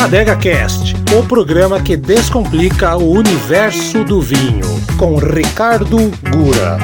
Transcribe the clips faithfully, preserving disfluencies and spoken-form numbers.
AdegaCast, o programa que descomplica o universo do vinho, com Ricardo Gura.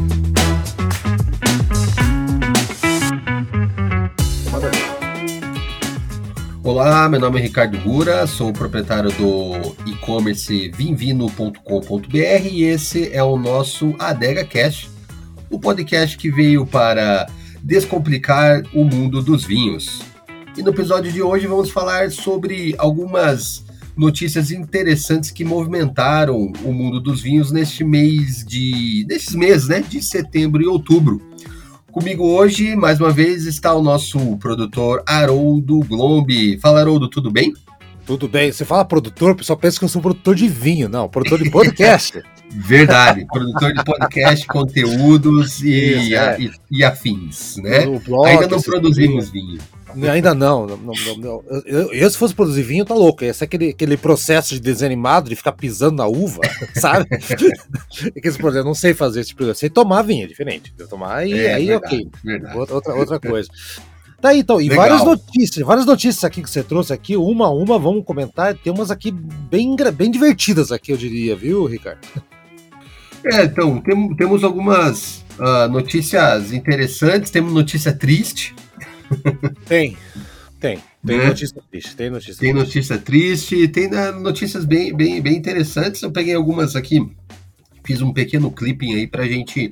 Olá, meu nome é Ricardo Gura, sou o proprietário do e-commerce vinvino ponto com ponto b r e esse é o nosso AdegaCast, o podcast que veio para descomplicar o mundo dos vinhos. E no episódio de hoje vamos falar sobre algumas notícias interessantes que movimentaram o mundo dos vinhos neste mês de, nesses meses, né, de setembro e outubro. Comigo hoje, mais uma vez, está o nosso produtor Haroldo Glombi. Fala, Haroldo, tudo bem? Tudo bem. Você fala produtor, o pessoal pensa que eu sou produtor de vinho. Não, produtor de podcast. Verdade, produtor de podcast, conteúdos e, Isso, é. e, e afins, né? Blog, ainda não produzimos vinho. Ainda não. não, não, não. Eu, eu, se fosse produzir vinho, tá louco. Esse é aquele, aquele processo de desenho animado, de ficar pisando na uva, sabe? Aqueles projetos, eu não sei fazer esse processo. Sei tomar vinho, é diferente. Eu tomar e é, aí, verdade, ok. Verdade. Outra, outra coisa. Tá aí, então, e Legal. várias notícias, várias notícias aqui que você trouxe aqui, uma a uma, vamos comentar, tem umas aqui bem, bem divertidas aqui, eu diria, viu, Ricardo? É, então, tem, temos algumas uh, notícias interessantes, temos notícia triste. Tem, tem, tem né? notícia triste, tem notícia Tem triste. notícia triste, tem uh, notícias bem, bem, bem interessantes, eu peguei algumas aqui, fiz um pequeno clipping aí pra gente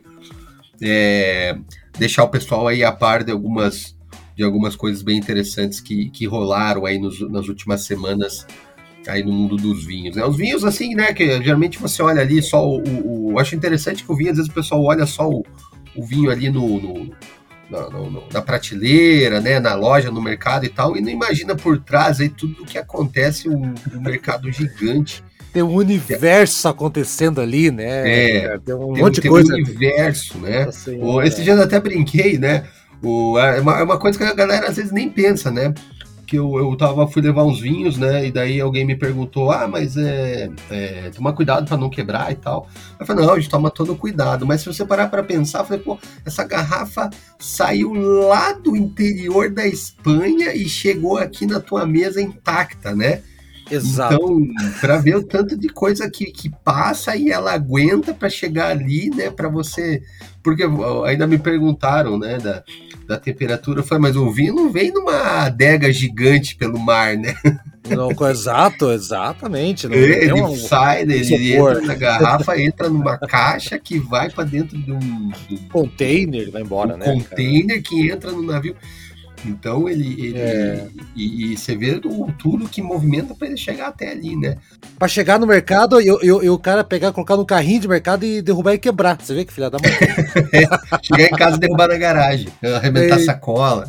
é, deixar o pessoal aí a par de algumas, de algumas coisas bem interessantes que, que rolaram aí nos, nas últimas semanas aí no mundo dos vinhos, né? Os vinhos, assim, né, que geralmente você olha ali só o... o, o acho interessante que o vinho, às vezes o pessoal olha só o, o vinho ali no, no, na, no, na prateleira, né, na loja, no mercado e tal, e não imagina por trás aí tudo o que acontece, um, um mercado gigante. Tem um universo é. acontecendo ali, né? É, tem um tem, monte de tem coisa. um universo, né? Assim, o, é. Esse dia eu até brinquei, né? O, é, uma, é uma coisa que a galera às vezes nem pensa, né? Que eu, eu tava, fui levar uns vinhos, né? E daí alguém me perguntou, ah, mas é, é toma cuidado para não quebrar e tal. Eu falei, não, a gente toma todo cuidado. Mas se você parar para pensar, eu falei, pô, essa garrafa saiu lá do interior da Espanha e chegou aqui na tua mesa intacta, né? Exato. Então, para ver o tanto de coisa que, que passa e ela aguenta para chegar ali, né? Para você. Porque ainda me perguntaram, né? Da, da temperatura. Eu falei, mas o vinho não vem numa adega gigante pelo mar, né? Não, exato, exatamente. Não, ele não um, sai, um ele entra na garrafa, entra numa caixa que vai para dentro de um, de um container, vai embora, um né? Container cara? Que entra no navio. Então ele, ele é. e, e você vê o, tudo que movimenta para ele chegar até ali, né? Para chegar no mercado e o cara pegar, colocar no carrinho de mercado e derrubar e quebrar. Você vê que filha da mãe. é, chegar em casa e derrubar na garagem, arrebentar a sacola.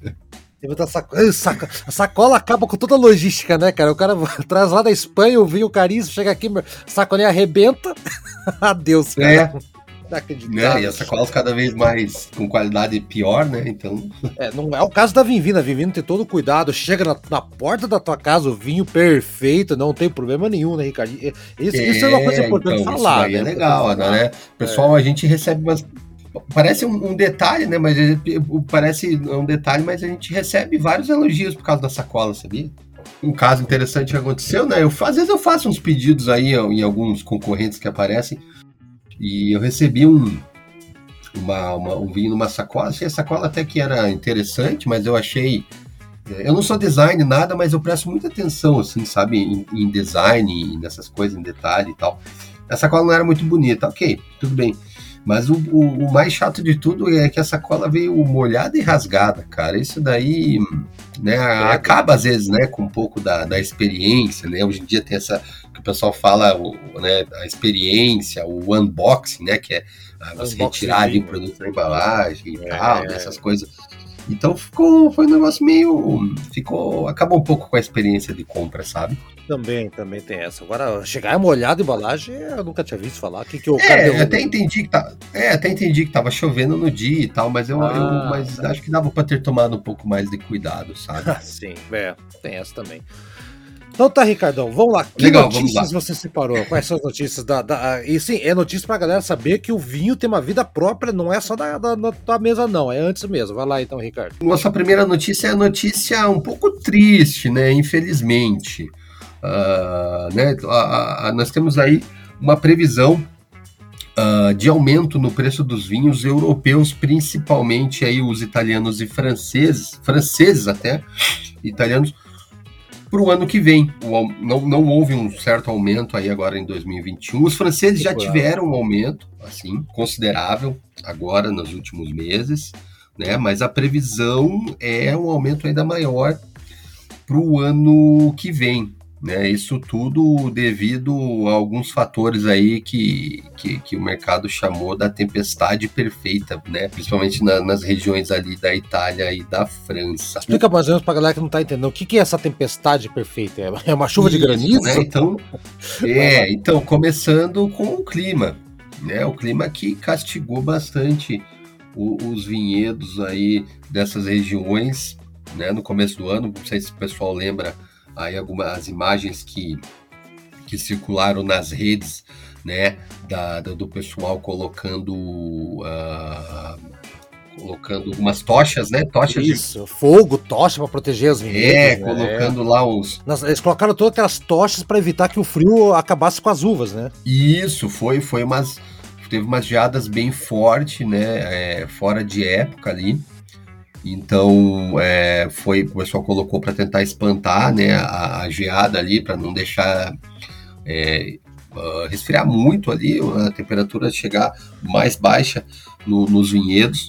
A sacola acaba com toda a logística, né, cara? O cara traz lá da Espanha o vinho caríssimo, chega aqui, sacolinha arrebenta. Adeus, cara. É. Né? E as sacolas cada vez mais com qualidade pior, né? Então. É, não é o caso da Vinvino. A Vinvino tem todo o cuidado. Chega na, na porta da tua casa o vinho perfeito, não tem problema nenhum, né, Ricardo? Isso é, isso é uma coisa importante então, falar, isso né? É legal, né? Pessoal, é. A gente recebe umas. Parece um, um detalhe, né? Mas parece um detalhe, mas a gente recebe vários elogios por causa da sacola, sabia? Um caso interessante que aconteceu, né? Eu, às vezes eu faço uns pedidos aí em alguns concorrentes que aparecem. E eu recebi um, uma, uma, um vinho numa sacola. Achei a sacola até que era interessante, mas eu achei... Eu não sou design, nada, mas eu presto muita atenção, assim, sabe? Em, em design, nessas coisas, em detalhe e tal. A sacola não era muito bonita. Ok, tudo bem. Mas o, o, o mais chato de tudo é que a sacola veio molhada e rasgada, cara. Isso daí, né, acaba às vezes, né, com um pouco da, da experiência, né? Hoje em dia tem essa, que o pessoal fala, o, né, a experiência, o unboxing, né, que é você unboxing retirar ali o produto da embalagem e é, tal, né, essas coisas. Então ficou, foi um negócio meio, ficou, acabou um pouco com a experiência de compra, sabe? Também, também tem essa. Agora, chegar molhado em embalagem, eu nunca tinha visto falar. Que que o é, cara eu até entendi que tá, é, até entendi que tava chovendo no dia e tal, mas eu, ah, eu mas tá. Acho que dava para ter tomado um pouco mais de cuidado, sabe? Sim, é, tem essa também. Então tá, Ricardão, vamos lá. Que Legal, notícias você separou? Quais são as notícias da, da... E sim, é notícia pra galera saber que o vinho tem uma vida própria, não é só da, da, da mesa, não. É antes mesmo. Vai lá então, Ricardo. Nossa primeira notícia é a notícia um pouco triste, né? Infelizmente. Uh, né? a, a, nós temos aí uma previsão uh, de aumento no preço dos vinhos europeus, principalmente aí os italianos e franceses, franceses até, italianos, para o ano que vem. O, não, não houve um certo aumento aí agora em dois mil e vinte e um. Os franceses já tiveram um aumento, assim, considerável agora nos últimos meses, né? Mas a previsão é um aumento ainda maior para o ano que vem, né? Isso tudo devido a alguns fatores aí que, que, que o mercado chamou da tempestade perfeita, né? Principalmente na, nas regiões ali da Itália e da França. Explica mais ou menos pra galera que não tá entendendo. O que, que é essa tempestade perfeita? É uma chuva Isso, de granizo? Né? Então, é, então, começando com o clima, né? O clima que castigou bastante o, os vinhedos aí dessas regiões, né? No começo do ano, não sei se o pessoal lembra aí algumas imagens que, que circularam nas redes, né, da, da, do pessoal colocando uh, colocando algumas tochas, né, tochas Isso, de... fogo, tocha para proteger as vinhedos. É, né? Colocando lá os... Eles colocaram todas aquelas tochas para evitar que o frio acabasse com as uvas, né? Isso, foi, foi umas... teve umas geadas bem fortes, né, é, fora de época ali. Então, é, foi, o pessoal colocou para tentar espantar, né, a, a geada ali, para não deixar é, uh, resfriar muito ali, a temperatura chegar mais baixa no, nos vinhedos.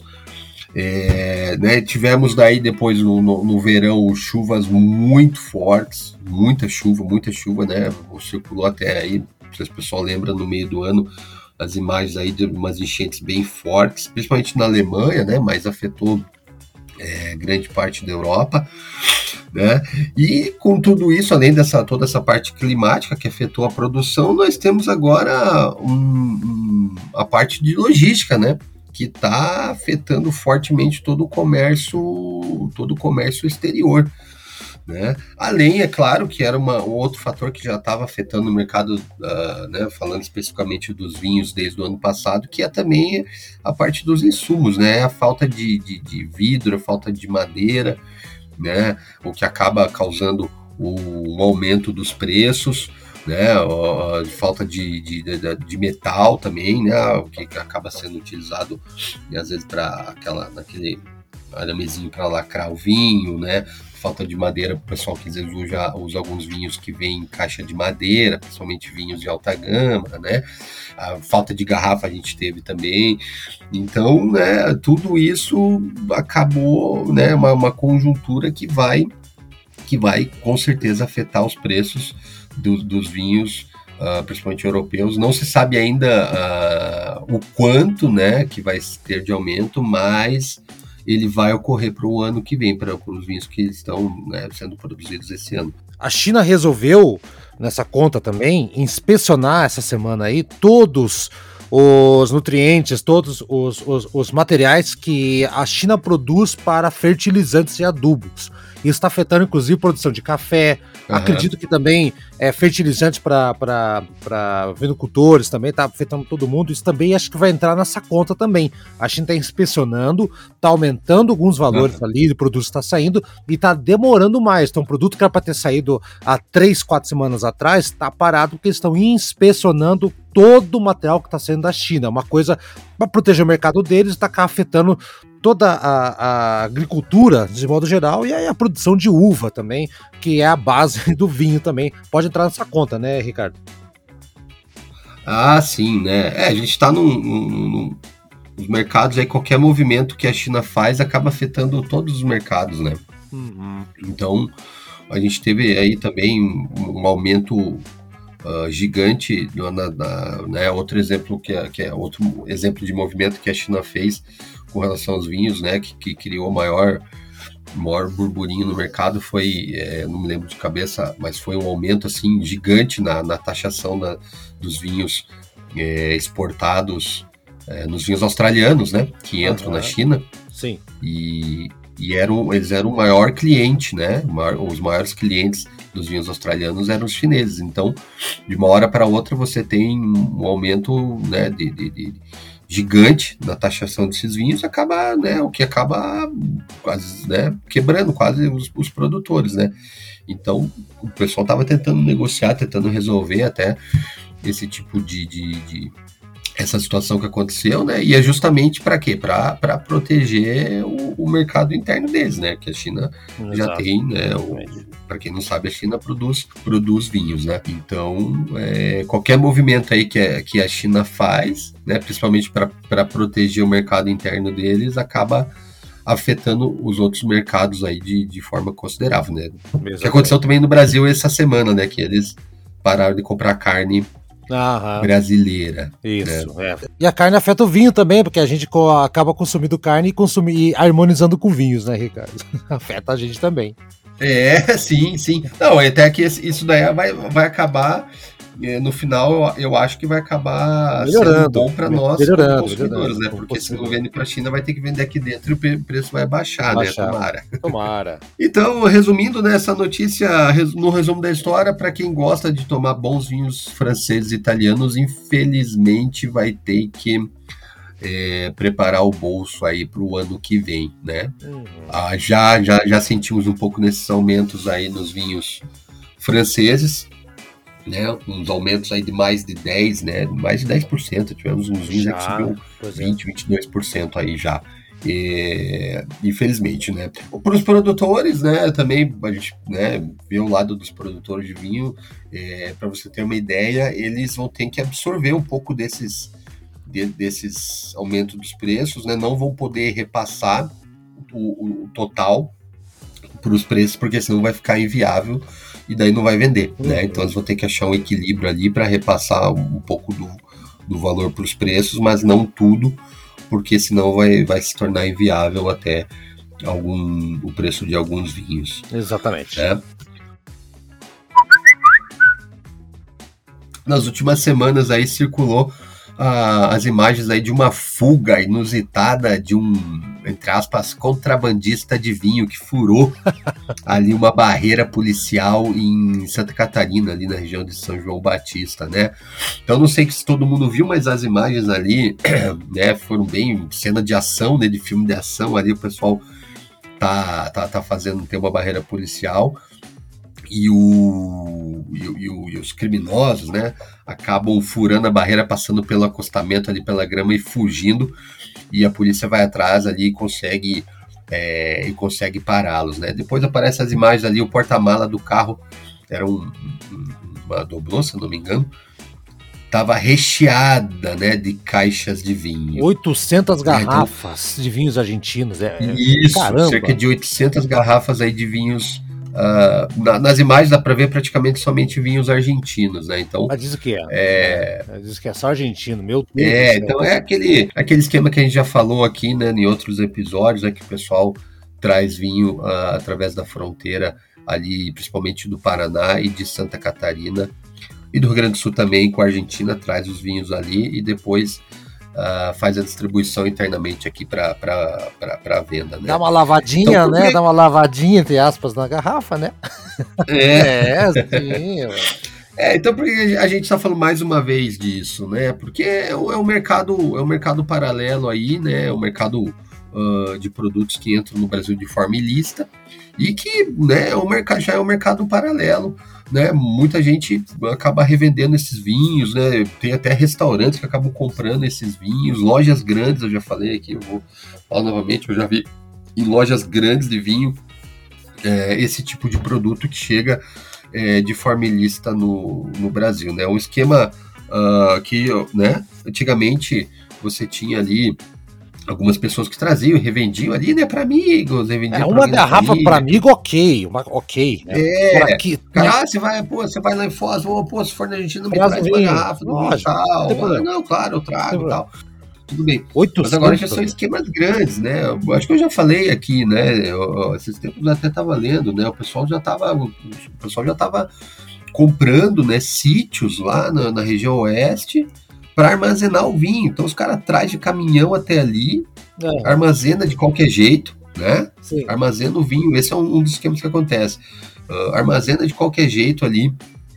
É, né, tivemos daí depois no, no, no verão chuvas muito fortes, muita chuva, muita chuva, né, circulou até aí, não sei se o pessoal lembra, no meio do ano, as imagens aí de umas enchentes bem fortes, principalmente na Alemanha, né, mas afetou É, grande parte da Europa, né? E com tudo isso, além dessa toda essa parte climática que afetou a produção, nós temos agora um, um, a parte de logística, né? Que está afetando fortemente todo o comércio, todo o comércio exterior, né? Além, é claro, que era uma, um outro fator que já estava afetando o mercado, uh, né, falando especificamente dos vinhos desde o ano passado, que é também a parte dos insumos, né? A falta de, de, de vidro, a falta de madeira, né? O que acaba causando o, o aumento dos preços, né? A, a falta de, de, de, de metal também, né? O que acaba sendo utilizado, às vezes, para aquela, naquele aramezinho para lacrar o vinho, né? Falta de madeira, o pessoal que às vezes usa, usa alguns vinhos que vêm em caixa de madeira, principalmente vinhos de alta gama, né? A falta de garrafa a gente teve também. Então, né, tudo isso acabou, né, uma, uma conjuntura que vai, que vai com certeza afetar os preços do, dos vinhos, uh, principalmente europeus. Não se sabe ainda uh, o quanto, né, que vai ter de aumento, mas ele vai ocorrer para o ano que vem, para os vinhos que estão, né, sendo produzidos esse ano. A China resolveu, nessa conta também, inspecionar essa semana aí todos os nutrientes, todos os, os, os materiais que a China produz para fertilizantes e adubos. Isso está afetando, inclusive, a produção de café. Uhum. Acredito que também é fertilizante para vinicultores também, está afetando todo mundo. Isso também acho que vai entrar nessa conta também. A China está inspecionando, está aumentando alguns valores uhum. ali, o produto está saindo e está demorando mais. Então, um produto que era para ter saído há três, quatro semanas atrás, está parado porque eles estão inspecionando todo o material que está saindo da China. Uma coisa para proteger o mercado deles, está afetando toda a, a agricultura, de modo geral, e aí a produção de uva também, que é a base do vinho também. Pode entrar nessa conta, né, Ricardo? Ah, sim, né? É, a gente está num, num, num, nos mercados aí, qualquer movimento que a China faz acaba afetando todos os mercados, né? Uhum. Então, a gente teve aí também um, um aumento uh, gigante, na, na, né? Outro exemplo que é, que é outro exemplo de movimento que a China fez com relação aos vinhos, né, que, que criou maior, maior burburinho no mercado, foi, é, não me lembro de cabeça, mas foi um aumento assim gigante na, na taxação da, dos vinhos é, exportados, é, nos vinhos australianos, né, que entram uhum. na China. Sim. E, E eram, eles eram o maior cliente, né? Os maiores clientes dos vinhos australianos eram os chineses. Então, de uma hora para outra, você tem um aumento, né, de, de, de gigante na taxação desses vinhos, acaba, né, o que acaba quase, né, quebrando quase os, os produtores, né? Então, o pessoal estava tentando negociar, tentando resolver até esse tipo de, de, de essa situação que aconteceu, né? E é justamente para quê? Para proteger o, o mercado interno deles, né? Que a China Exato. já tem, né? Para quem não sabe, a China produz, produz vinhos, né? Então, é, qualquer movimento aí que, é, que a China faz, né? Principalmente para proteger o mercado interno deles, acaba afetando os outros mercados aí de, de forma considerável, né? O que aconteceu também no Brasil essa semana, né? Que eles pararam de comprar carne Aham. brasileira. Isso, né? é. E a carne afeta o vinho também, porque a gente co- acaba consumindo carne e, consumir, e harmonizando com vinhos, né, Ricardo? Afeta a gente também. É, sim, sim. Não, até que isso daí vai, vai acabar, no final, eu acho que vai acabar melhorando, sendo bom para nós como consumidores, né? Porque se não vende para a China, vai ter que vender aqui dentro e o preço vai baixar, baixar. né? Tomara. Tomara. Então, resumindo, né, essa notícia, no resumo da história, para quem gosta de tomar bons vinhos franceses e italianos, infelizmente vai ter que É, preparar o bolso aí para o ano que vem, né? Uhum. Ah, já, já, já sentimos um pouco nesses aumentos aí nos vinhos franceses, né? Uns aumentos aí de mais de dez, né? Mais de dez por cento, tivemos uns vinhos já, que subiu vinte, vinte e dois por cento aí já. É, infelizmente, né? Para os produtores, né? Também a gente, né, vê o lado dos produtores de vinho, é, para você ter uma ideia, eles vão ter que absorver um pouco desses desses aumentos dos preços, né, não vão poder repassar o, o total para os preços, porque senão vai ficar inviável e daí não vai vender, uhum. né? Então eles vão ter que achar um equilíbrio ali para repassar um pouco do, do valor para os preços, mas não tudo, porque senão vai, vai se tornar inviável até algum, o preço de alguns vinhos. Exatamente. Né? Nas últimas semanas aí circulou Ah, as imagens aí de uma fuga inusitada de um, entre aspas, contrabandista de vinho que furou ali uma barreira policial em Santa Catarina, ali na região de São João Batista, né? Então não sei se todo mundo viu, mas as imagens ali, né, foram bem cena de ação, né, de filme de ação, ali o pessoal tá, tá, tá fazendo, tem uma barreira policial. E, o, e, o, e, o, e os criminosos, né, acabam furando a barreira, passando pelo acostamento ali pela grama e fugindo, e a polícia vai atrás ali e consegue, é, e consegue pará-los, né? Depois aparecem as imagens ali, o porta-mala do carro era um, uma Doblô, se não me engano, estava recheada, né, de caixas de vinho. oitocentas garrafas então, de vinhos argentinos. É, isso, caramba. Cerca de oitocentas garrafas aí de vinhos. Uh, na, nas imagens dá para ver praticamente somente vinhos argentinos, né? Então, mas diz o que é. é... é diz que é só argentino, meu Deus. É, então é aquele, aquele esquema que a gente já falou aqui, né, em outros episódios, né, que o pessoal traz vinho uh, através da fronteira ali, principalmente do Paraná e de Santa Catarina, e do Rio Grande do Sul também, com a Argentina, traz os vinhos ali e depois Uh, faz a distribuição internamente aqui para a venda, né? Dá uma lavadinha, então, porque... né? Dá uma lavadinha, entre aspas, na garrafa, né? É, é sim. É, então por que a gente está falando mais uma vez disso, né? Porque é um, é um mercado, é um mercado paralelo aí, né? É um mercado uh, de produtos que entram no Brasil de forma ilícita e que, né, é um mercado, já é um mercado paralelo. Né, muita gente acaba revendendo esses vinhos, né, tem até restaurantes que acabam comprando esses vinhos, lojas grandes, eu já falei aqui, eu vou falar novamente, eu já vi em lojas grandes de vinho é, esse tipo de produto que chega é, de forma ilícita no, no Brasil, né, um esquema uh, que, né, antigamente você tinha ali algumas pessoas que traziam e revendiam ali, né, para amigos. É uma garrafa para amigo, ok, uma, ok. Né? É, aqui, cara, né? Você vai, pô, você vai lá em Foz, ou, pô, se for na Argentina, me traz uma garrafa do vinho e tal. Ah, não, claro, eu trago e tal. Tudo bem. Mas agora já são esquemas grandes, né? Eu acho que eu já falei aqui, né? Eu, esses tempos até estava lendo, né? O pessoal já estava, o pessoal já estava comprando, né, sítios lá na, na região oeste para armazenar o vinho. Então os caras trazem de caminhão até ali, é. armazena de qualquer jeito, né? Sim. Armazena o vinho, esse é um, um dos esquemas que acontece. Uh, armazena de qualquer jeito ali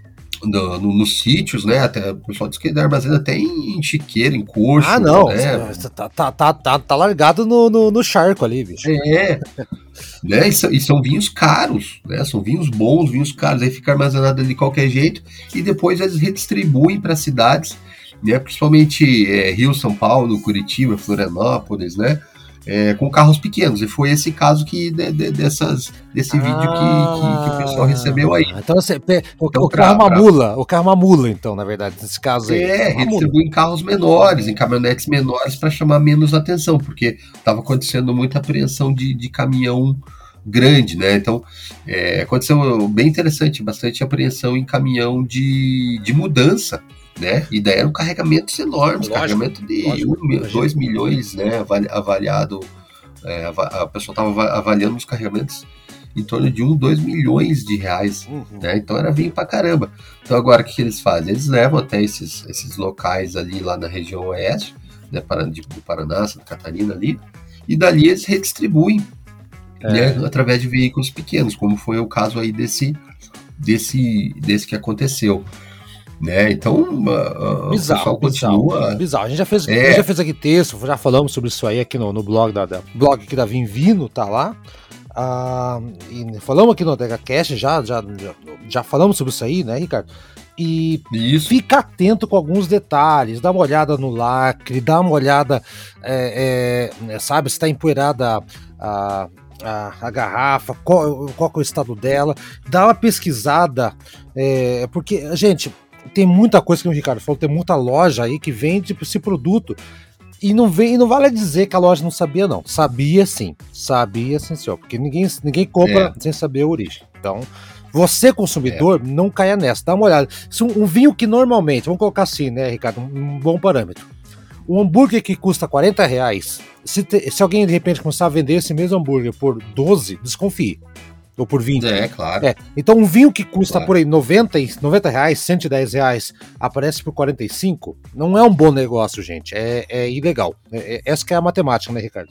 no, no, nos sítios, né? Até, o pessoal diz que armazena até em, em chiqueira, em coxo. Ah, não. Né? Tá, tá, tá, tá, tá largado no, no, no charco ali, bicho. É. Né? E, são, e são vinhos caros, né? São vinhos bons, vinhos caros. Aí fica armazenado ali de qualquer jeito e depois eles redistribuem para cidades, né? Principalmente é, Rio, São Paulo, Curitiba, Florianópolis, né? É, com carros pequenos, e foi esse caso que de, de, dessas, desse ah, vídeo que, que, que o pessoal recebeu aí. Então, você, o, então, o carro é uma mula, o carro é uma mula, então, na verdade, nesse caso aí. É, é redistribui em carros menores, em caminhonetes menores, para chamar menos atenção, porque estava acontecendo muita apreensão de, de caminhão grande, né? Então, é, aconteceu bem interessante, bastante apreensão em caminhão de, de mudança, né? E daí eram carregamentos enormes, lógico, carregamento de dois milhões, né? Avaliado, é, a pessoa estava avaliando os carregamentos em torno de um, dois milhões de reais, uhum. né? Então era vinho pra caramba. Então agora o que, que eles fazem? Eles levam até esses, esses locais ali lá na região oeste, né? Do Paraná, Santa Catarina ali, e dali eles redistribuem, é. né? Através de veículos pequenos, como foi o caso aí desse, desse, desse que aconteceu. Né? Então, uh, bizarro, o pessoal bizarro, continua... Bizarro. A gente já fez, é. a gente já fez aqui texto, já falamos sobre isso aí aqui no, no blog da, da blog aqui da Vinvino, tá lá. Ah, e falamos aqui no DegaCast, já, já, já, já falamos sobre isso aí, né, Ricardo? E isso. Fica atento com alguns detalhes, dá uma olhada no lacre, dá uma olhada, é, é, sabe, se está empoeirada a... A, a garrafa, qual, qual é o estado dela, dá uma pesquisada, é, porque, gente, tem muita coisa que o Ricardo falou, tem muita loja aí que vende esse produto e não, vem, e não vale dizer que a loja não sabia, não. Sabia sim, sabia sim, senhor, porque ninguém, ninguém compra é. sem saber a origem. Então, você, consumidor, é. não caia nessa, dá uma olhada. Se um, um vinho que normalmente, vamos colocar assim, né, Ricardo, um, um bom parâmetro. Um hambúrguer que custa quarenta reais, se, te, se alguém de repente começar a vender esse mesmo hambúrguer por doze, desconfie. Ou por vinte. É, claro. É. Então um vinho que custa claro. por aí noventa, noventa reais, cento e dez reais, aparece por quarenta e cinco, não é um bom negócio, gente. É, é ilegal. É, é, essa que é a matemática, né, Ricardo?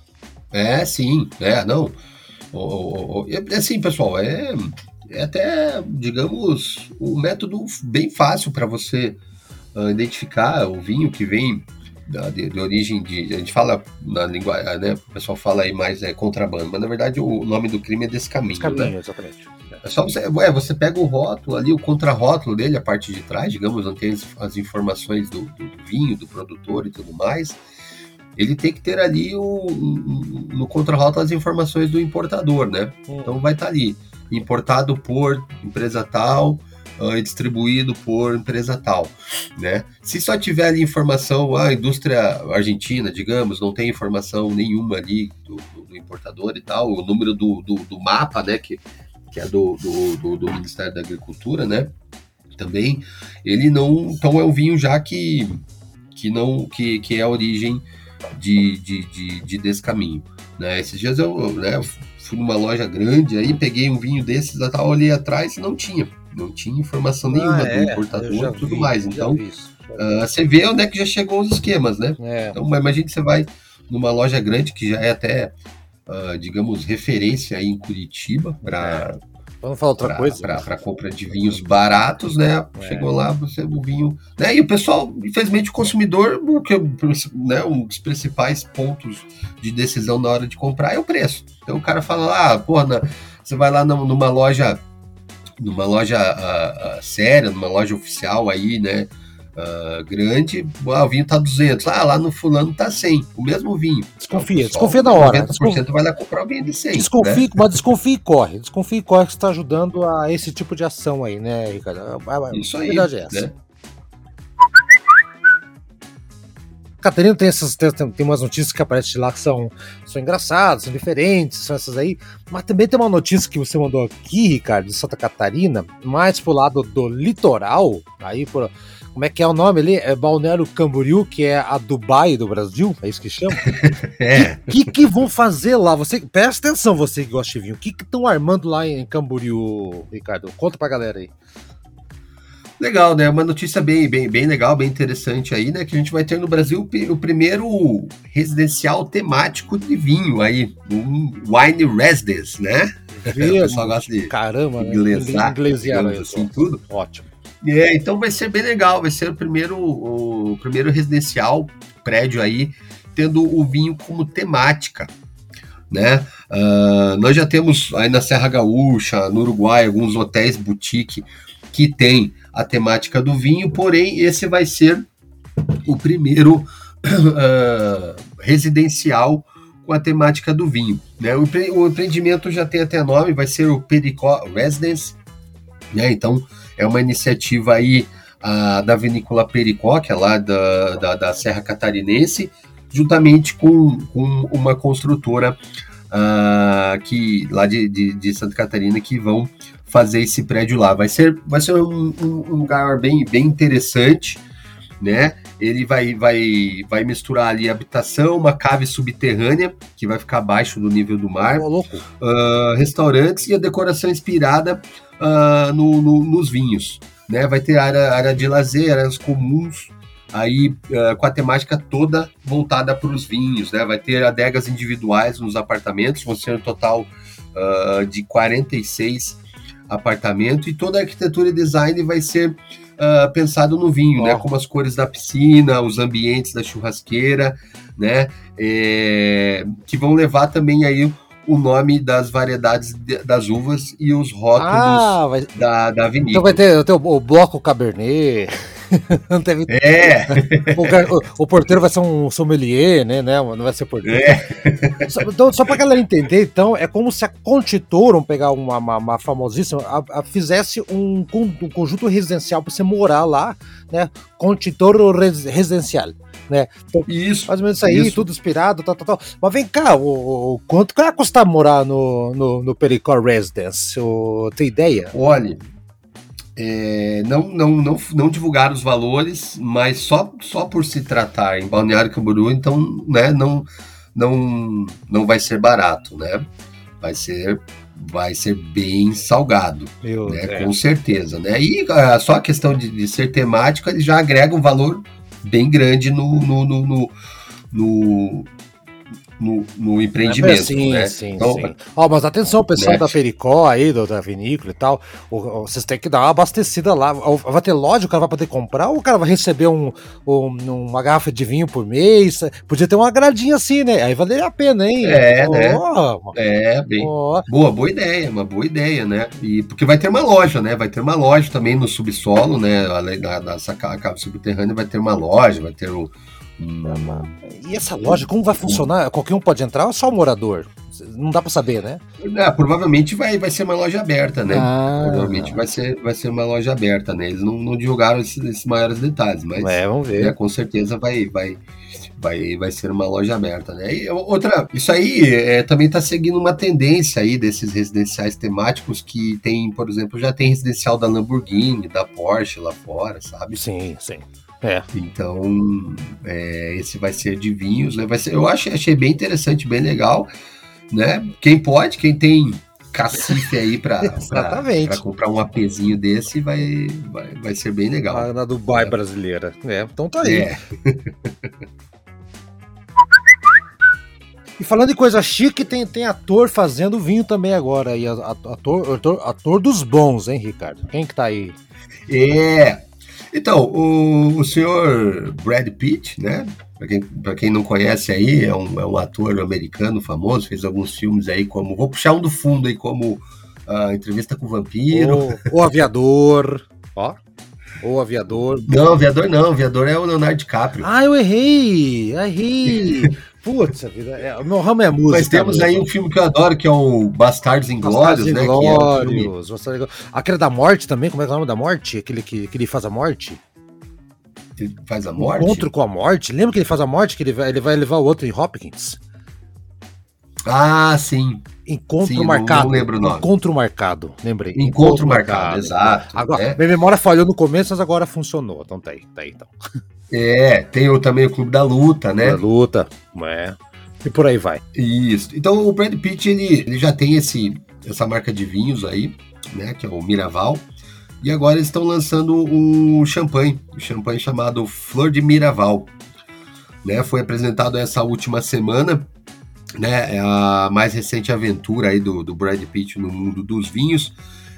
É, sim. É, não. O, o, o, é, assim, pessoal, é, é até, digamos, um método bem fácil para você uh, identificar o vinho que vem Da, de, de origem de... A gente fala na linguagem, né? O pessoal fala aí mais é, contrabando, mas na verdade o nome do crime é descaminho. Descaminho, né? Exatamente. É só você... É, você pega o rótulo ali, o contrarótulo dele, a parte de trás, digamos, onde tem as, as informações do, do vinho, do produtor e tudo mais. Ele tem que ter ali o, um, no contrarótulo as informações do importador, né? Hum. Então vai estar ali, importado por empresa tal... Uh, distribuído por empresa tal, né? Se só tiver ali informação, a indústria argentina, digamos, não tem informação nenhuma ali do, do, do importador e tal, o número do, do, do mapa, né, que, que é do, do, do, do Ministério da Agricultura, né, também, ele não, então é um vinho já que, que, não, que, que é a origem de, de, de, de descaminho, né? Esses dias eu, né, fui numa loja grande, aí peguei um vinho desses, eu olhei atrás e não tinha. Não tinha informação nenhuma ah, é, do importador e tudo vi, mais. Então, isso, uh, você vê onde é que já chegou os esquemas, né? É. Então, imagine que você vai numa loja grande, que já é até, uh, digamos, referência aí em Curitiba, para é. Vamos falar outra pra, coisa. Para compra de vinhos baratos, né? É. Chegou lá, você, o vinho... Né? E o pessoal, infelizmente, o consumidor, que, né, um dos principais pontos de decisão na hora de comprar é o preço. Então, o cara fala, ah, porra, na, você vai lá numa loja... numa loja uh, uh, séria, numa loja oficial aí, né, uh, grande, ah, o vinho tá duzentos, ah, lá no fulano tá cem, o mesmo vinho. Desconfia, então, desconfia na hora. noventa por cento vai lá comprar o vinho de cem. Desconfia, né? Mas desconfia e corre, desconfia e corre que você tá ajudando a esse tipo de ação aí, né, Ricardo? Isso aí, verdade é essa. Né? Catarina tem essas tem, tem umas notícias que aparecem lá que são, são engraçadas, são diferentes, são essas aí, mas também tem uma notícia que você mandou aqui, Ricardo, de Santa Catarina, mais pro lado do litoral, aí por, como é que é o nome ali? É Balneário Camboriú, que é a Dubai do Brasil, é isso que chama? É. O que que vão fazer lá? Você, presta atenção, você que gosta de vinho, o que que estão armando lá em Camboriú, Ricardo? Conta pra galera aí. Legal, né? Uma notícia bem, bem, bem legal, bem interessante aí, né? Que a gente vai ter no Brasil o primeiro residencial temático de vinho aí, um Wine Residence, né? Viu? O pessoal gosta de Caramba, inglesar, inglesiano digamos assim, tudo. Ótimo. É, então vai ser bem legal, vai ser o primeiro, o primeiro residencial prédio aí, tendo o vinho como temática, né? Uh, nós já temos aí na Serra Gaúcha, no Uruguai, alguns hotéis boutique que tem a temática do vinho, porém esse vai ser o primeiro uh, residencial com a temática do vinho, né? O, empre- o empreendimento já tem até nome, vai ser o Pericó Residence, né? Então é uma iniciativa aí uh, da vinícola Pericó, que é lá da, da, da Serra Catarinense, juntamente com, com uma construtora uh, que, lá de, de, de Santa Catarina, que vão fazer esse prédio lá. Vai ser, vai ser um, um, um lugar bem, bem interessante, né? Ele vai, vai, vai misturar ali habitação, uma cave subterrânea, que vai ficar abaixo do nível do mar, Ô, louco. uh, restaurantes e a decoração inspirada uh, no, no, nos vinhos, né? Vai ter área, área de lazer, áreas comuns, aí uh, com a temática toda voltada para os vinhos, né? Vai ter adegas individuais nos apartamentos, vão ser um total uh, de quarenta e seis apartamentos, e toda a arquitetura e design vai ser uh, pensado no vinho, oh. né? Como as cores da piscina, os ambientes da churrasqueira, né? É, que vão levar também aí o nome das variedades de, das uvas e os rótulos ah, vai... da, da vinícola. Então vai ter, vai ter o, o bloco Cabernet. Não teve... É. O, o, o porteiro vai ser um sommelier, né? Não vai ser porteiro. É. Só, então, só pra galera entender, então, é como se a Contitor, vamos pegar uma, uma, uma famosíssima, a, a fizesse um, um conjunto residencial pra você morar lá, né? Contitor res, residencial. Né? Então, isso, mais ou menos isso aí, isso. Tudo inspirado, tal, tal, tal. Mas vem cá, o, o quanto que vai custar morar no, no, no Pericó Residence? O, tem ideia? Olha, é, não, não, não, não divulgaram os valores, mas só, só por se tratar em Balneário Camboriú, então, né, não, não, não vai ser barato, né? Vai ser, vai ser bem salgado, Meu, né? É. Com certeza, né? E a, só a questão de, de ser temático, ele já agrega um valor bem grande no, no, no, no, no, no, no empreendimento. É, sim, né? sim, então, sim. Oh, mas atenção, pessoal, né? Da Pericó aí, do, da vinícola e tal, o, o, vocês têm que dar uma abastecida lá. Vai ter loja, o cara vai poder comprar, ou o cara vai receber um, um, uma garrafa de vinho por mês? Podia ter uma gradinha assim, né? Aí valeria a pena, hein? É, oh, né? Oh, é, bem. Oh. Boa, boa ideia, uma boa ideia, né? E, porque vai ter uma loja, né? Vai ter uma loja também no subsolo, né? Além da, da cave subterrânea, vai ter uma loja, vai ter o. E essa loja, como vai funcionar? Qualquer um pode entrar ou só o morador? Não dá pra saber, né? É, provavelmente vai, vai ser uma loja aberta, né? Ah. Provavelmente vai ser, vai ser uma loja aberta, né? Eles não, não divulgaram esses, esses maiores detalhes, mas é, vamos ver. Né, com certeza vai, vai, vai, vai ser uma loja aberta, né? E outra, isso aí é, também tá seguindo uma tendência aí desses residenciais temáticos que tem, por exemplo, já tem residencial da Lamborghini, da Porsche lá fora, sabe? Sim, sim. É. Então, é, esse vai ser de vinhos, né? Vai ser, eu achei, achei bem interessante, bem legal, né? Quem pode, quem tem cacife aí para comprar um APzinho desse, vai, vai, vai ser bem legal. Ah, na Dubai é. brasileira. É, então tá aí. É. E falando em coisa chique, tem, tem ator fazendo vinho também agora. E ator, ator, ator dos bons, hein, Ricardo? Quem que tá aí? É... Então, o, o senhor Brad Pitt, né? Para quem, pra quem não conhece aí, é um, é um ator americano famoso, fez alguns filmes aí como... Vou puxar um do fundo aí, como a Entrevista com o Vampiro. O, o Aviador, ó. O Aviador. Não, Aviador não, Aviador é o Leonardo DiCaprio. Ah, eu errei, errei. Putz, a vida, é, o meu ramo é música. Mas temos mesmo. Aí um filme que eu adoro, que é o Bastardos Inglórios, né? Inglórios, que é um aquele da morte também, como é que é o nome da morte? Aquele que, que ele faz a morte? Ele faz a morte? Encontro com a morte. Lembra que ele faz a morte, que ele vai, ele vai levar o outro em Hopkins? Ah, sim. Encontro sim, marcado. Não, não lembro o nome. Encontro marcado, lembrei. Encontro, Encontro marcado, marcado, exato. Agora, é. Minha memória falhou no começo, mas agora funcionou. Então tá aí, tá aí então. É, tem o, também o Clube da Luta, né? Da Luta, é. E por aí vai. Isso. Então o Brad Pitt, ele, ele já tem esse, essa marca de vinhos aí, né? Que é o Miraval. E agora eles estão lançando um champanhe, um champanhe chamado Flor de Miraval. Né, foi apresentado essa última semana, né, é a mais recente aventura aí do, do Brad Pitt no mundo dos vinhos.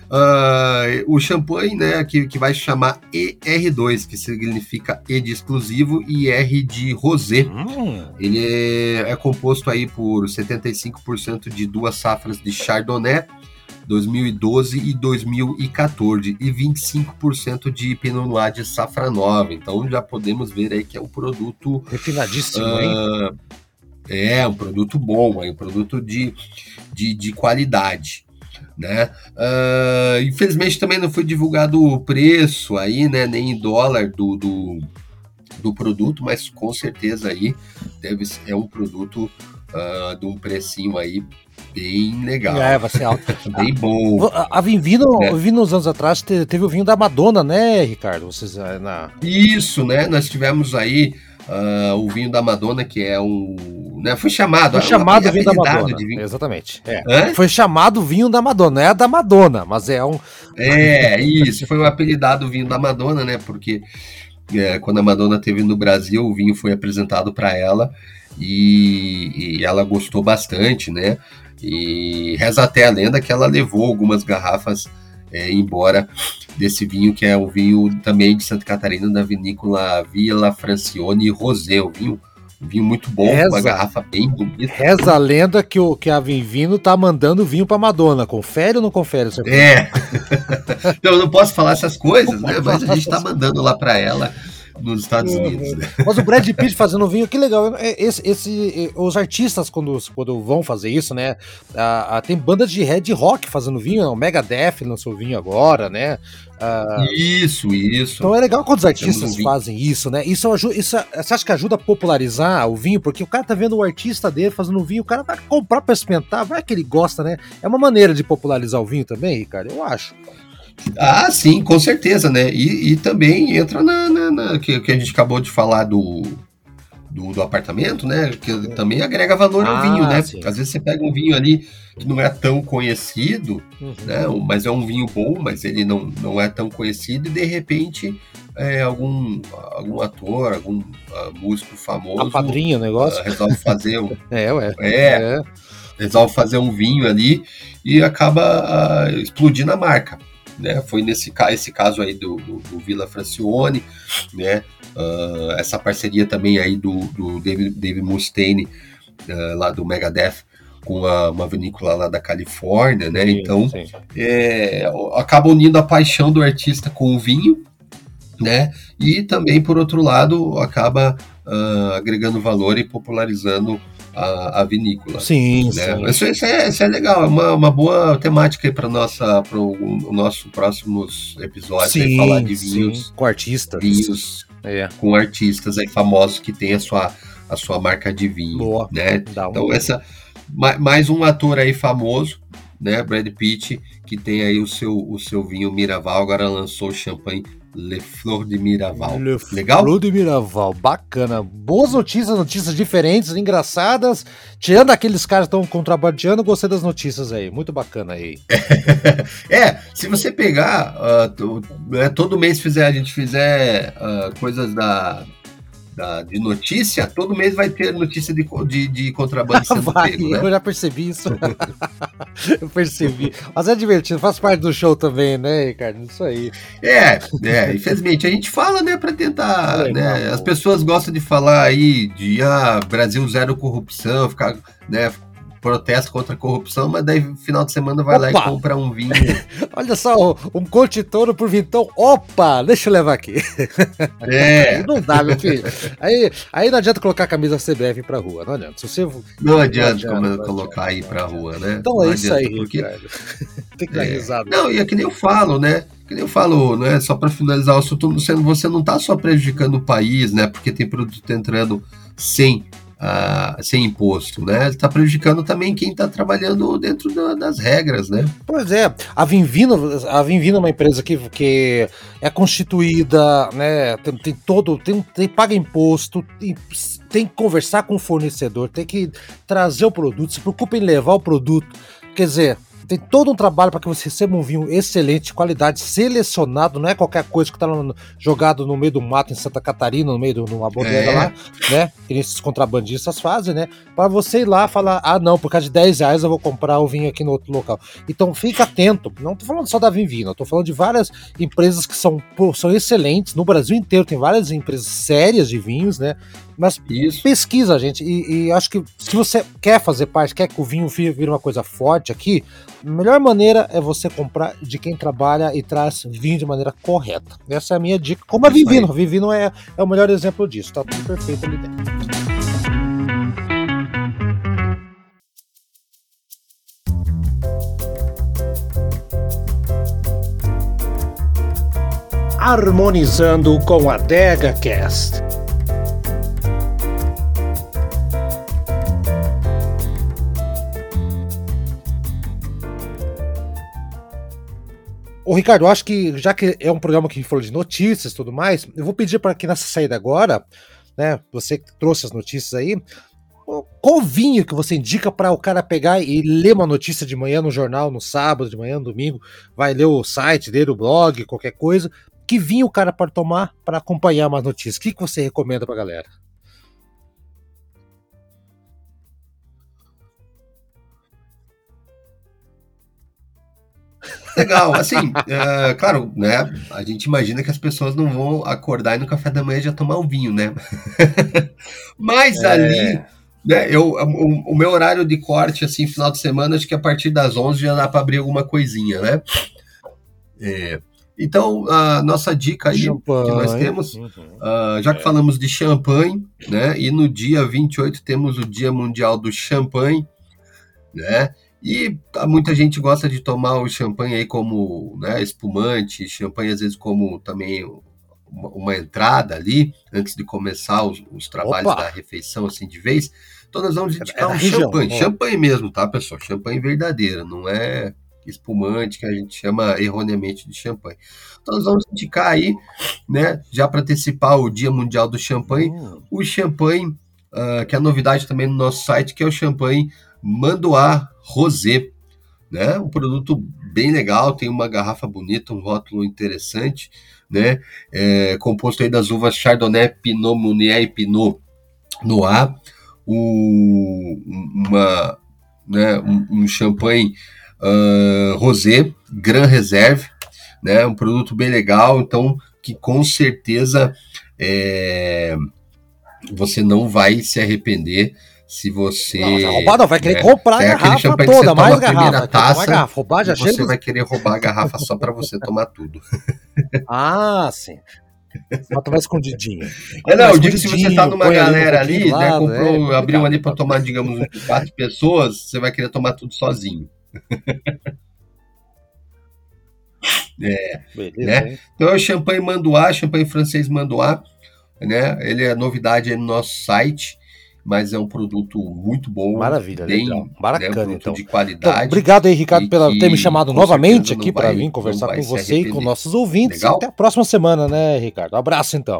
Uh, o champanhe, né, que, que vai chamar E R dois, que significa E de exclusivo e R de rosé. Hum. Ele é, é composto aí por setenta e cinco por cento de duas safras de Chardonnay, dois mil e doze e dois mil e quatorze, e vinte e cinco por cento de Pinot Noir de safra nova. Então já podemos ver aí que é um produto refinadíssimo, uh, hein? É, um produto bom, é um produto de, de, de qualidade, né? Uh, infelizmente também não foi divulgado o preço aí, né? Nem em dólar do, do, do produto, mas com certeza aí deve ser, é um produto uh, de um precinho aí bem legal. É, vai ser alto. Bem bom. A, a Vinvino, né? Vinho uns anos atrás, teve, teve o vinho da Madonna, né, Ricardo? Vocês, na... Isso, né? Nós tivemos aí uh, o vinho da Madonna, que é um... Né? Foi chamado... Foi chamado vinho da Madonna, vinho. Exatamente. É. Foi chamado vinho da Madonna, é da Madonna, mas é um... É, isso. Foi um apelidado vinho da Madonna, né? Porque é, quando a Madonna esteve no Brasil, o vinho foi apresentado para ela e, e ela gostou bastante, né? E reza até a lenda que ela levou algumas garrafas é, embora desse vinho, que é o vinho também de Santa Catarina, da vinícola Vila Francione Rosé, o vinho, um vinho muito bom, reza, uma garrafa bem bonita. Reza a lenda que, o, que a Vinvino tá mandando vinho pra Madonna, confere ou não confere? É, então eu não posso falar essas coisas, né? Mas a gente tá mandando lá pra ela nos Estados Unidos. Né? Mas o Brad Pitt fazendo vinho, que legal. Esse, esse, os artistas, quando, quando vão fazer isso, né? A, a, tem bandas de Red Rock fazendo vinho, o Megadeth lançou vinho agora, né? Uh, isso, isso. Então é legal quando os artistas um fazem isso, né? Isso ajuda, isso, você acha que ajuda a popularizar o vinho? Porque o cara tá vendo o artista dele fazendo vinho, o cara vai comprar pra experimentar, vai que ele gosta, né? É uma maneira de popularizar o vinho também, Ricardo, eu acho. Ah, sim, com certeza, né? E, e também entra na, na, na que, que a gente acabou de falar do, do, do apartamento, né? Que também agrega valor ah, ao vinho, né? Sim. Às vezes você pega um vinho ali que não é tão conhecido, uhum. né? Mas é um vinho bom, mas ele não, não é tão conhecido, e de repente é, algum, algum ator, algum uh, músico famoso apadrinha o negócio. Uh, resolve fazer um, é, ué. É, é. resolve fazer um vinho ali e acaba uh, explodindo a marca. Né, foi nesse esse caso aí do, do, do Vila Francione, né, uh, essa parceria também aí do, do Dave, Dave Mustaine, uh, lá do Megadeth, com a, uma vinícola lá da Califórnia, né, sim, então sim. É, acaba unindo a paixão do artista com o vinho, né, e também, por outro lado, acaba uh, agregando valor e popularizando A, a vinícola. Sim, né? sim. Isso, isso, é, isso é legal, é uma, uma boa temática para o nosso próximos episódios, sim, aí, falar de vinhos sim. com artistas. Vinhos é. com artistas aí famosos que tem a sua, a sua marca de vinho. Boa. Né? Então, essa, mais um ator aí famoso, né? Brad Pitt, que tem aí o seu, o seu vinho Miraval, agora lançou o champanhe Le Flor de Miraval. Le Legal? Flor de Miraval, bacana. Boas notícias, notícias diferentes, engraçadas. Tirando aqueles caras que estão contrabandeando, gostei das notícias aí. Muito bacana aí. É, se você pegar, uh, to, né, todo mês fizer, a gente fizer uh, coisas da, da, de notícia, todo mês vai ter notícia de, de, de contrabando sendo vai, pego, né? Eu já percebi isso. Eu percebi. Mas é divertido, faz parte do show também, né, Ricardo? Isso aí. É, é, infelizmente a gente fala, né, pra tentar, é, né, as pessoas gostam de falar aí de, ah, Brasil zero corrupção, ficar, né, protesto contra a corrupção, mas daí final de semana vai Opa! Lá e compra um vinho. Olha só, um Conte-Toro por vintão. Opa, deixa eu levar aqui. É. Aí não dá, meu filho. Aí, aí não adianta colocar a camisa C B F pra rua, não adianta. Se você... Não adianta, não adianta colocar aí pra rua, né? Então não é isso adianta, aí, porque... Tem que dar é. risada. Não, e é que nem eu falo, né? Que nem eu falo, né? Só pra finalizar o assunto, você não tá só prejudicando o país, né? Porque tem produto entrando sem... Uh, sem imposto, né? Está prejudicando também quem está trabalhando dentro da, das regras, né? Pois é, a Vinvino, a Vinvino é uma empresa que, que é constituída, né? Tem, tem todo, tem, tem paga imposto, tem, tem que conversar com o fornecedor, tem que trazer o produto, se preocupa em levar o produto. Quer dizer, tem todo um trabalho para que você receba um vinho excelente, qualidade, selecionado, não é qualquer coisa que tá no, jogado no meio do mato em Santa Catarina, no meio de uma bodega é. lá, né? Que esses contrabandistas fazem, né? Para você ir lá e falar, ah não, por causa de dez reais eu vou comprar o vinho aqui no outro local. Então fica atento, não tô falando só da Vinvino, eu tô falando de várias empresas que são, são excelentes, no Brasil inteiro tem várias empresas sérias de vinhos, né? Mas Isso. pesquisa, gente, e, e acho que se você quer fazer parte, quer que o vinho vire uma coisa forte aqui, a melhor maneira é você comprar de quem trabalha e traz vinho de maneira correta. Essa é a minha dica, como a Vinvino. A Vinvino é, é o melhor exemplo disso, tá tudo perfeito ali dentro. Harmonizando com a AdegaCast. Ô Ricardo, eu acho que já que é um programa que falou de notícias e tudo mais, eu vou pedir para que nessa saída agora, né, você que trouxe as notícias aí, qual vinho que você indica para o cara pegar e ler uma notícia de manhã no jornal, no sábado, de manhã, no domingo, vai ler o site dele, o blog, qualquer coisa, que vinho o cara pode tomar para acompanhar umas notícias? O que, que você recomenda para a galera? Legal, assim, é, claro, né, a gente imagina que as pessoas não vão acordar e no café da manhã já tomar um vinho, né? Mas é. ali, né, eu, o, o meu horário de corte, assim, final de semana, acho que a partir das onze já dá para abrir alguma coisinha, né? É, então, a nossa dica aí champanhe. Que nós temos, uhum. uh, já que é. falamos de champanhe, né, e no dia vinte e oito temos o Dia Mundial do Champanhe, né? E muita gente gosta de tomar o champanhe aí como, né, espumante, champanhe às vezes como também uma, uma entrada ali, antes de começar os, os trabalhos Opa. da refeição, assim, de vez. Então nós vamos indicar é um região, champanhe, ó. champanhe mesmo, tá, pessoal? Champanhe verdadeiro, não é espumante que a gente chama erroneamente de champanhe. Então nós vamos indicar aí, né, já para antecipar o Dia Mundial do Champanhe, hum. o champanhe, uh, que é a novidade também no nosso site, que é o champanhe Mandois Rosé, né? Um produto bem legal, tem uma garrafa bonita, um rótulo interessante, né? É, composto aí das uvas Chardonnay, Pinot Meunier e Pinot Noir, um, uma, né, um, um champanhe uh, rosé, Grand Reserve, né? Um produto bem legal, então que com certeza é, você não vai se arrepender. Se você. Não, roubar não, vai querer né, comprar a garrafa toda, mais garrafa. Taça, garrafa. Roubar já você vai querer roubar a garrafa só para você tomar tudo. Ah, sim. Vai tomar escondidinho. É, não, eu digo que se você tá numa galera ali, ali né, comprou, é, abriu ali para tomar, digamos, quatro pessoas, você vai querer tomar tudo sozinho. É, beleza, né? Então é o champanhe Mandois, champanhe francês Mandois, né? Ele é novidade aí no nosso site. Mas é um produto muito bom. Maravilha, bem, legal. Bacana, né, um então. de qualidade. Então, obrigado aí, Ricardo, por ter me chamado novamente aqui para vir conversar com você e com nossos ouvintes. Legal? Até a próxima semana, né, Ricardo? Um abraço, então.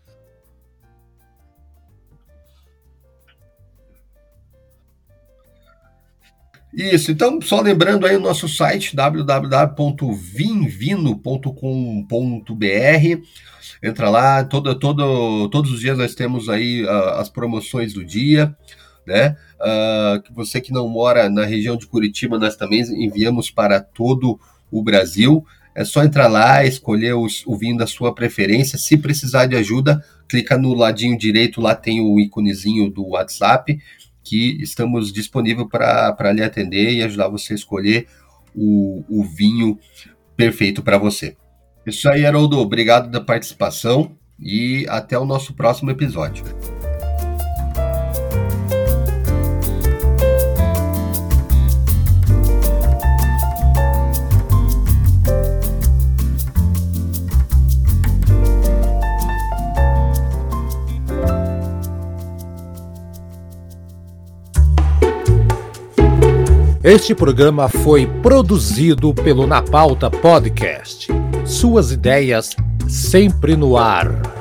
Isso, então, só lembrando aí o nosso site, w w w ponto vinvino ponto com ponto b r. Entra lá, todo, todo, todos os dias nós temos aí uh, as promoções do dia, né? Uh, você que não mora na região de Curitiba, nós também enviamos para todo o Brasil. É só entrar lá, escolher os, o vinho da sua preferência. Se precisar de ajuda, clica no ladinho direito, lá tem o íconezinho do WhatsApp, que estamos disponíveis para lhe atender e ajudar você a escolher o, o vinho perfeito para você. Isso aí, Haroldo. Obrigado da participação e até o nosso próximo episódio. Este programa foi produzido pelo Na Pauta Podcast. Suas ideias sempre no ar.